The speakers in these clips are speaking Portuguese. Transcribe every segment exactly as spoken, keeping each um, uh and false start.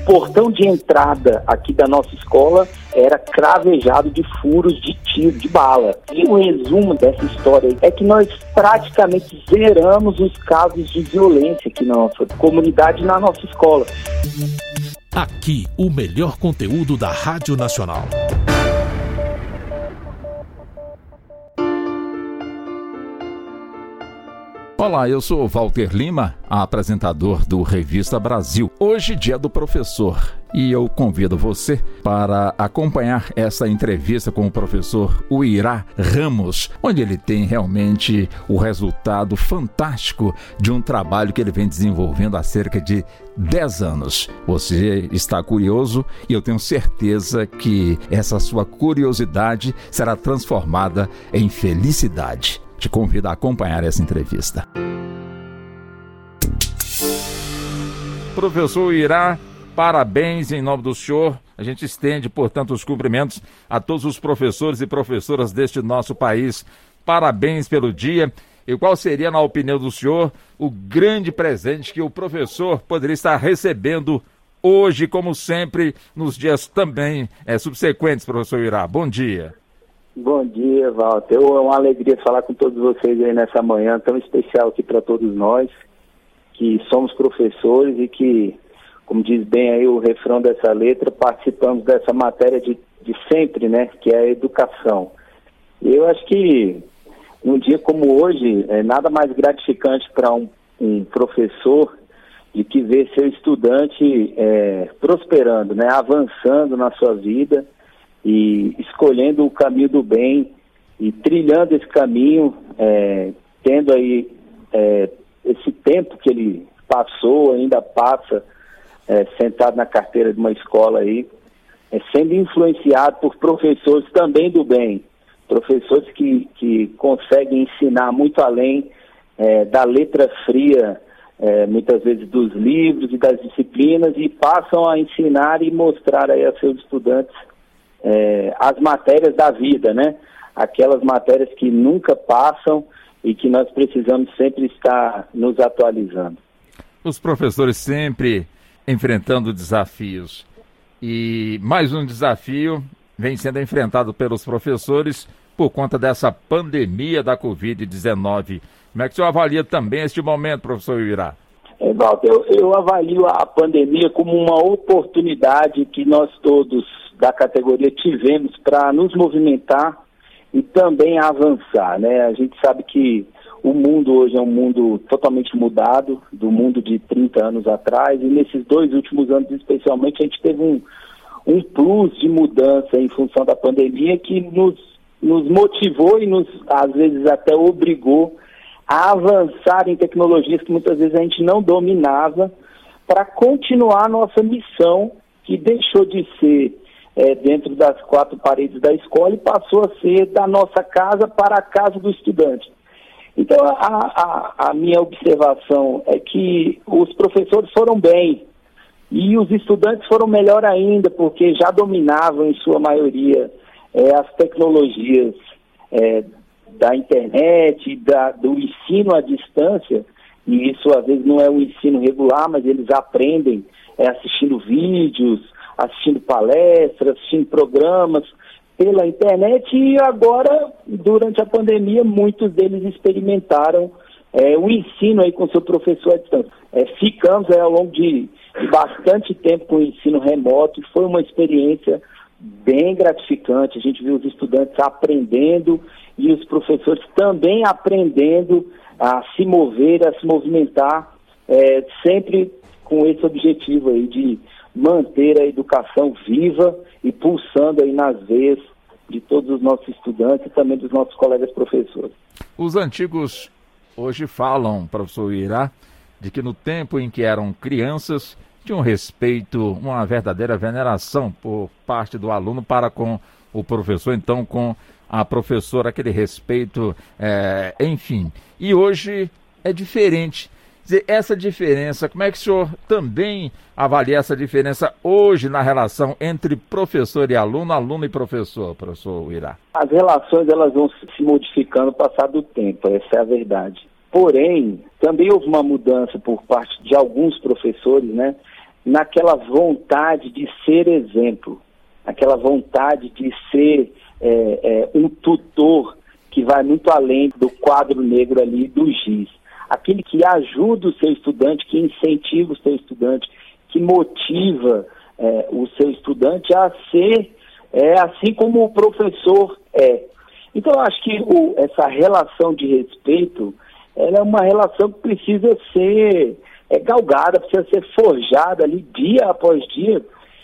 portão de entrada aqui da nossa escola era cravejado de furos de tiro, de bala. E o resumo dessa história é que nós praticamente zeramos os casos de violência aqui na nossa comunidade e na nossa escola. Aqui, o melhor conteúdo da Rádio Nacional. Olá, eu sou Walter Lima, apresentador do Revista Brasil. Hoje, dia do professor, e eu convido você para acompanhar essa entrevista com o professor Uirá Ramos, onde ele tem realmente o resultado fantástico de um trabalho que ele vem desenvolvendo há cerca de dez anos. Você está curioso e eu tenho certeza que essa sua curiosidade será transformada em felicidade. Te convido a acompanhar essa entrevista. Professor Uirá, parabéns em nome do senhor. A gente estende, portanto, os cumprimentos a todos os professores e professoras deste nosso país. Parabéns pelo dia. E qual seria, na opinião do senhor, o grande presente que o professor poderia estar recebendo hoje, como sempre, nos dias também é, subsequentes, professor Uirá? Bom dia. Bom dia, Walter. É uma alegria falar com todos vocês aí nessa manhã tão especial aqui para todos nós, que somos professores e que, como diz bem aí o refrão dessa letra, participamos dessa matéria de, de sempre, né, que é a educação. Eu acho que num dia como hoje, é nada mais gratificante para um, um professor de que ver seu estudante é, prosperando, né, avançando na sua vida, e escolhendo o caminho do bem e trilhando esse caminho, é, tendo aí é, esse tempo que ele passou, ainda passa, é, sentado na carteira de uma escola aí, é, sendo influenciado por professores também do bem, professores que, que conseguem ensinar muito além é, da letra fria, é, muitas vezes dos livros e das disciplinas, e passam a ensinar e mostrar aí a seus estudantes É, as matérias da vida, né? Aquelas matérias que nunca passam e que nós precisamos sempre estar nos atualizando. Os professores sempre enfrentando desafios, e mais um desafio vem sendo enfrentado pelos professores por conta dessa pandemia da covid dezenove. Como é que o senhor avalia também este momento, professor Uirá? É, Walter, eu, eu avalio a pandemia como uma oportunidade que nós todos da categoria tivemos para nos movimentar e também avançar, né? A gente sabe que o mundo hoje é um mundo totalmente mudado do mundo de trinta anos atrás, e nesses dois últimos anos especialmente a gente teve um, um plus de mudança em função da pandemia que nos, nos motivou e nos, às vezes até obrigou a avançar em tecnologias que muitas vezes a gente não dominava, para continuar a nossa missão, que deixou de ser É, dentro das quatro paredes da escola e passou a ser da nossa casa para a casa do estudante. Então, a, a, a minha observação é que os professores foram bem e os estudantes foram melhor ainda, porque já dominavam, em sua maioria, é, as tecnologias é, da internet, da, do ensino à distância, e isso às vezes não é um ensino regular, mas eles aprendem é, assistindo vídeos, assistindo palestras, assistindo programas pela internet, e agora, durante a pandemia, muitos deles experimentaram é, o ensino aí com seu professor à distância. É, ficamos é, ao longo de, de bastante tempo com o ensino remoto, e foi uma experiência bem gratificante. A gente viu os estudantes aprendendo e os professores também aprendendo a se mover, a se movimentar, é, sempre com esse objetivo aí de manter a educação viva e pulsando aí nas veias de todos os nossos estudantes e também dos nossos colegas professores. Os antigos hoje falam, professor Uirá, de que no tempo em que eram crianças, tinham respeito, uma verdadeira veneração por parte do aluno para com o professor, então com a professora, aquele respeito, é, enfim. E hoje é diferente. Dizer, essa diferença, como é que o senhor também avalia essa diferença hoje na relação entre professor e aluno, aluno e professor, professor Uirá? As relações elas vão se modificando ao passar do tempo, essa é a verdade. Porém, também houve uma mudança por parte de alguns professores, né, naquela vontade de ser exemplo, aquela vontade de ser é, é, um tutor que vai muito além do quadro negro ali do giz. Aquele que ajuda o seu estudante, que incentiva o seu estudante, que motiva é, o seu estudante a ser é, assim como o professor é. Então, eu acho que o, essa relação de respeito, ela é uma relação que precisa ser é, galgada, precisa ser forjada ali dia após dia.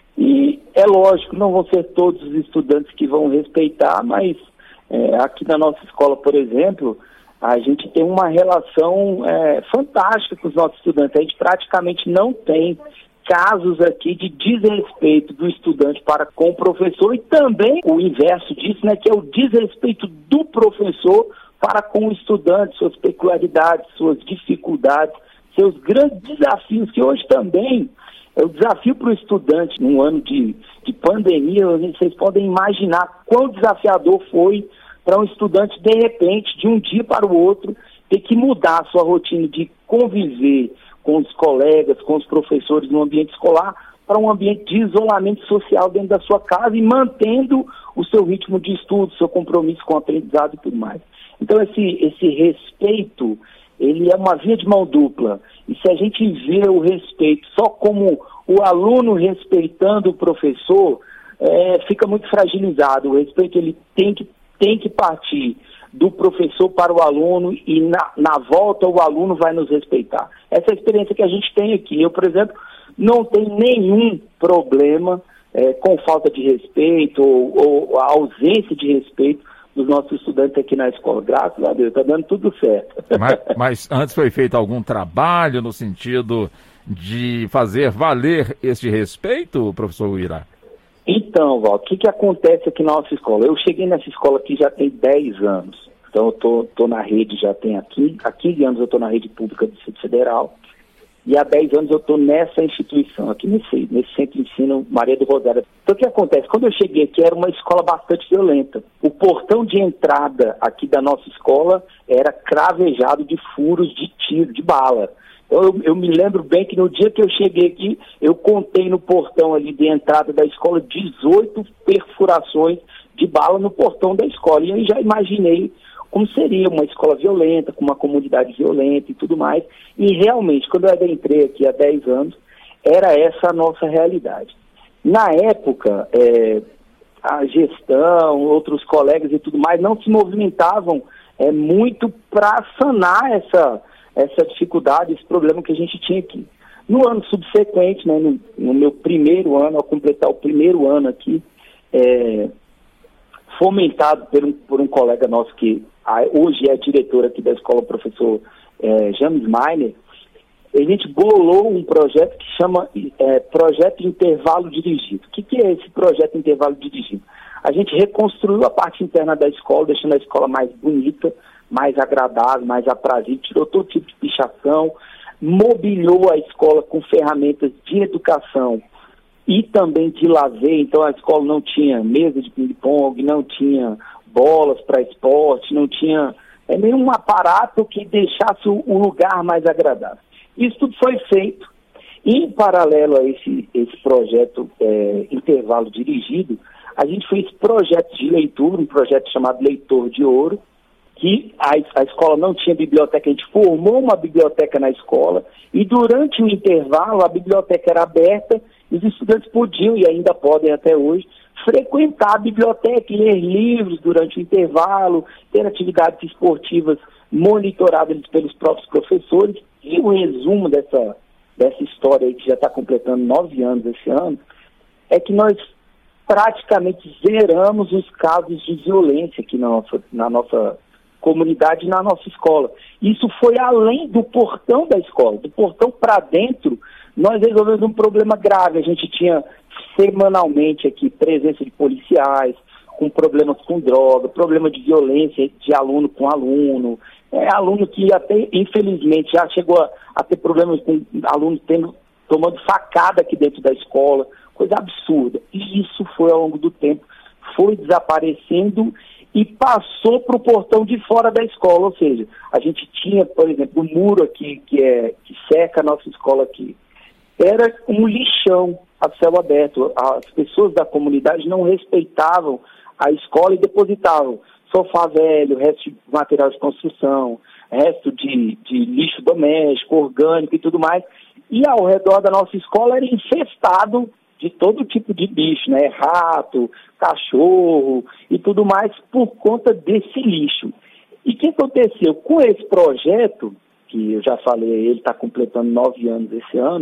E é lógico, não vão ser todos os estudantes que vão respeitar, mas é, aqui na nossa escola, por exemplo, a gente tem uma relação é, fantástica com os nossos estudantes. A gente praticamente não tem casos aqui de desrespeito do estudante para com o professor e também o inverso disso, né, que é o desrespeito do professor para com o estudante, suas peculiaridades, suas dificuldades, seus grandes desafios, que hoje também é o desafio para o estudante num ano de, de pandemia. Vocês podem imaginar quão desafiador foi para um estudante, de repente, de um dia para o outro, ter que mudar a sua rotina de conviver com os colegas, com os professores no ambiente escolar, para um ambiente de isolamento social dentro da sua casa e mantendo o seu ritmo de estudo, seu compromisso com o aprendizado e tudo mais. Então, esse, esse respeito, ele é uma via de mão dupla. E se a gente vê o respeito só como o aluno respeitando o professor, é, fica muito fragilizado. O respeito, ele tem que tem que partir do professor para o aluno e na, na volta o aluno vai nos respeitar. Essa é a experiência que a gente tem aqui. Eu, por exemplo, não tenho nenhum problema é, com falta de respeito ou, ou a ausência de respeito dos nossos estudantes aqui na escola. Graças a Deus, está dando tudo certo. Mas, mas antes foi feito algum trabalho no sentido de fazer valer esse respeito, professor Uirá? Então, Walter, o que, que acontece aqui na nossa escola? Eu cheguei nessa escola aqui já tem dez anos. Então, eu tô, tô na rede já tem aqui, há quinze anos eu estou na rede pública do Distrito Federal. E há dez anos eu estou nessa instituição, aqui nesse, nesse centro de ensino Maria do Rosário. Então, o que acontece? Quando eu cheguei aqui, era uma escola bastante violenta. O portão de entrada aqui da nossa escola era cravejado de furos de tiro, de bala. Eu, eu me lembro bem que no dia que eu cheguei aqui, eu contei no portão ali de entrada da escola dezoito perfurações de bala no portão da escola. E eu já imaginei como seria uma escola violenta, com uma comunidade violenta e tudo mais. E realmente, quando eu entrei aqui há dez anos, era essa a nossa realidade. Na época, é, a gestão, outros colegas e tudo mais, não se movimentavam é, muito para sanar essa... essa dificuldade, esse problema que a gente tinha aqui. No ano subsequente, né, no, no meu primeiro ano, ao completar o primeiro ano aqui, é, fomentado por um, por um colega nosso que a, hoje é diretor aqui da escola, o professor é, James Miner, a gente bolou um projeto que chama é, Projeto Intervalo Dirigido. O que, que é esse Projeto Intervalo Dirigido? A gente reconstruiu a parte interna da escola, deixando a escola mais bonita, mais agradável, mais aprazível, tirou todo tipo de pichação, mobiliou a escola com ferramentas de educação e também de lazer. Então a escola não tinha mesa de ping-pong, não tinha bolas para esporte, não tinha é, nenhum aparato que deixasse o, o lugar mais agradável. Isso tudo foi feito. Em paralelo a esse, esse projeto é, intervalo dirigido, a gente fez projetos de leitura, um projeto chamado Leitor de Ouro, que a, a escola não tinha biblioteca, a gente formou uma biblioteca na escola e durante o intervalo a biblioteca era aberta e os estudantes podiam, e ainda podem até hoje, frequentar a biblioteca, ler livros durante o intervalo, ter atividades esportivas monitoradas pelos próprios professores. E o resumo dessa, dessa história aí, que já está completando nove anos esse ano, é que nós praticamente zeramos os casos de violência aqui na nossa, na nossa comunidade e na nossa escola. Isso foi além do portão da escola. Do portão para dentro, nós resolvemos um problema grave. A gente tinha semanalmente aqui presença de policiais, com problemas com droga, problema de violência de aluno com aluno, é, aluno que até, infelizmente, já chegou a, a ter problemas com alunos tendo, tomando facada aqui dentro da escola, coisa absurda. E isso foi ao longo do tempo, foi desaparecendo e passou para o portão de fora da escola, ou seja, a gente tinha, por exemplo, o um muro aqui que, é, que cerca a nossa escola aqui. era um lixão a céu aberto. As pessoas da comunidade não respeitavam a escola e depositavam sofá velho, resto de material de construção, resto de, de lixo doméstico, orgânico e tudo mais. E ao redor da nossa escola era infestado de todo tipo de bicho, né? Rato, cachorro e tudo mais por conta desse lixo. E o que aconteceu? Com esse projeto, que eu já falei, ele está completando nove anos esse ano,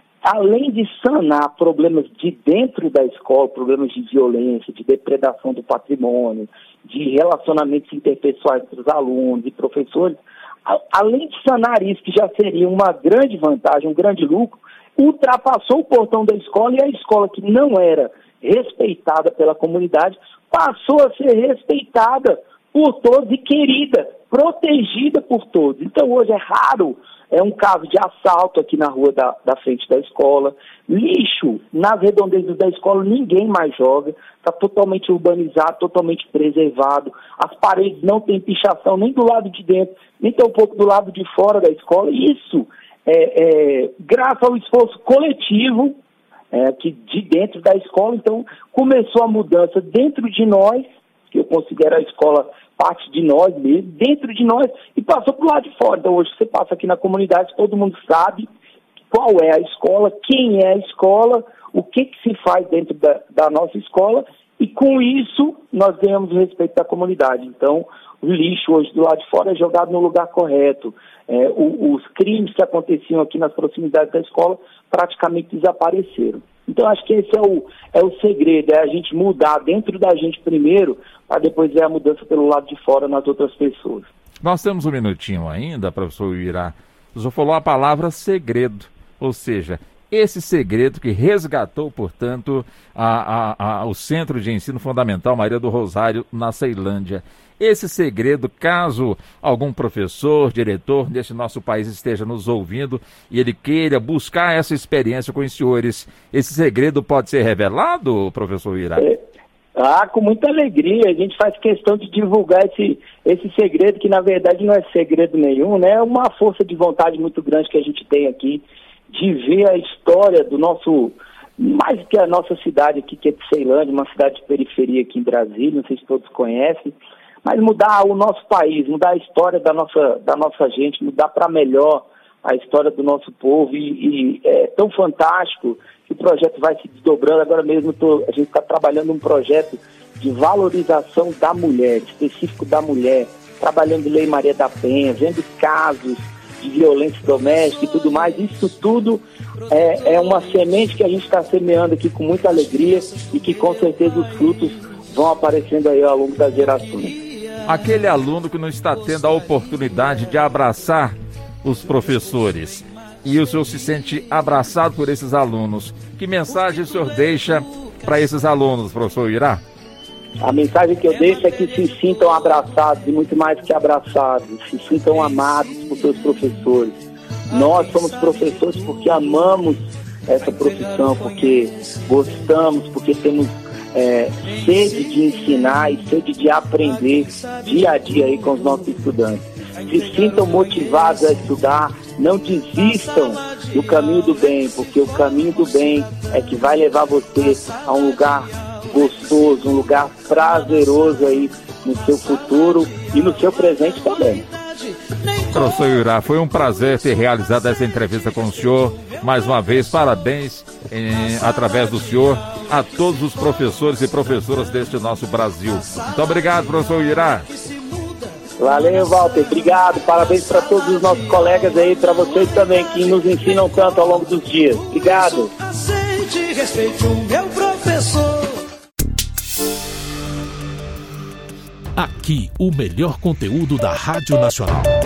além de sanar problemas de dentro da escola, problemas de violência, de depredação do patrimônio, de relacionamentos interpessoais entre os alunos e professores, a, além de sanar isso, que já seria uma grande vantagem, um grande lucro, ultrapassou o portão da escola e a escola que não era respeitada pela comunidade passou a ser respeitada por todos e querida, protegida por todos. Então hoje é raro, é um caso de assalto aqui na rua da, da frente da escola, lixo nas redondezas da escola ninguém mais joga, está totalmente urbanizado, totalmente preservado, as paredes não têm pichação nem do lado de dentro, nem tampouco do lado de fora da escola. Isso é, é graças ao esforço coletivo é, que de dentro da escola. Então começou a mudança dentro de nós, que eu considero a escola parte de nós mesmo, dentro de nós, e passou para o lado de fora. Então hoje você passa aqui na comunidade, todo mundo sabe qual é a escola, quem é a escola, o que, que se faz dentro da, da nossa escola, e com isso nós ganhamos o respeito da comunidade. Então o lixo hoje do lado de fora é jogado no lugar correto. É, o, os crimes que aconteciam aqui nas proximidades da escola praticamente desapareceram. Então, acho que esse é o, é o segredo, é a gente mudar dentro da gente primeiro, para depois ver a mudança pelo lado de fora nas outras pessoas. Nós temos um minutinho ainda, professor Uirá. O senhor falou a palavra segredo, ou seja, esse segredo que resgatou, portanto, a, a, a, o Centro de Ensino Fundamental Maria do Rosário, na Ceilândia. Esse segredo, caso algum professor, diretor deste nosso país esteja nos ouvindo e ele queira buscar essa experiência com os senhores, esse segredo pode ser revelado, professor Uirá? É, ah, com muita alegria. A gente faz questão de divulgar esse, esse segredo, que na verdade não é segredo nenhum, né? É uma força de vontade muito grande que a gente tem aqui de ver a história do nosso, mais que a nossa cidade aqui, que é de Ceilândia, uma cidade de periferia aqui em Brasília, não sei se todos conhecem, mas mudar o nosso país, mudar a história da nossa, da nossa gente, mudar para melhor a história do nosso povo, e, e é tão fantástico que o projeto vai se desdobrando. Agora mesmo tô, a gente está trabalhando um projeto de valorização da mulher, específico da mulher, trabalhando Lei Maria da Penha, vendo casos de violência doméstica e tudo mais. Isso tudo é, é uma semente que a gente está semeando aqui com muita alegria e que com certeza os frutos vão aparecendo aí ao longo das gerações. Aquele aluno que não está tendo a oportunidade de abraçar os professores e o senhor se sente abraçado por esses alunos, que mensagem o senhor deixa para esses alunos, professor Uirá? A mensagem que eu deixo é que se sintam abraçados, e muito mais que abraçados, se sintam amados por seus professores. Nós somos professores porque amamos essa profissão, porque gostamos, porque temos é, sede de ensinar e sede de aprender dia a dia aí com os nossos estudantes. Se sintam motivados a estudar, não desistam do caminho do bem, porque o caminho do bem é que vai levar você a um lugar gostoso, um lugar prazeroso aí no seu futuro e no seu presente também. Professor Uirá, foi um prazer ter realizado essa entrevista com o senhor. Mais uma vez, parabéns eh, através do senhor a todos os professores e professoras deste nosso Brasil. Muito obrigado, professor Uirá. Valeu, Walter. Obrigado. Parabéns para todos os nossos colegas aí, para vocês também, que nos ensinam tanto ao longo dos dias. Obrigado. Respeite o meu professor. Aqui, o melhor conteúdo da Rádio Nacional.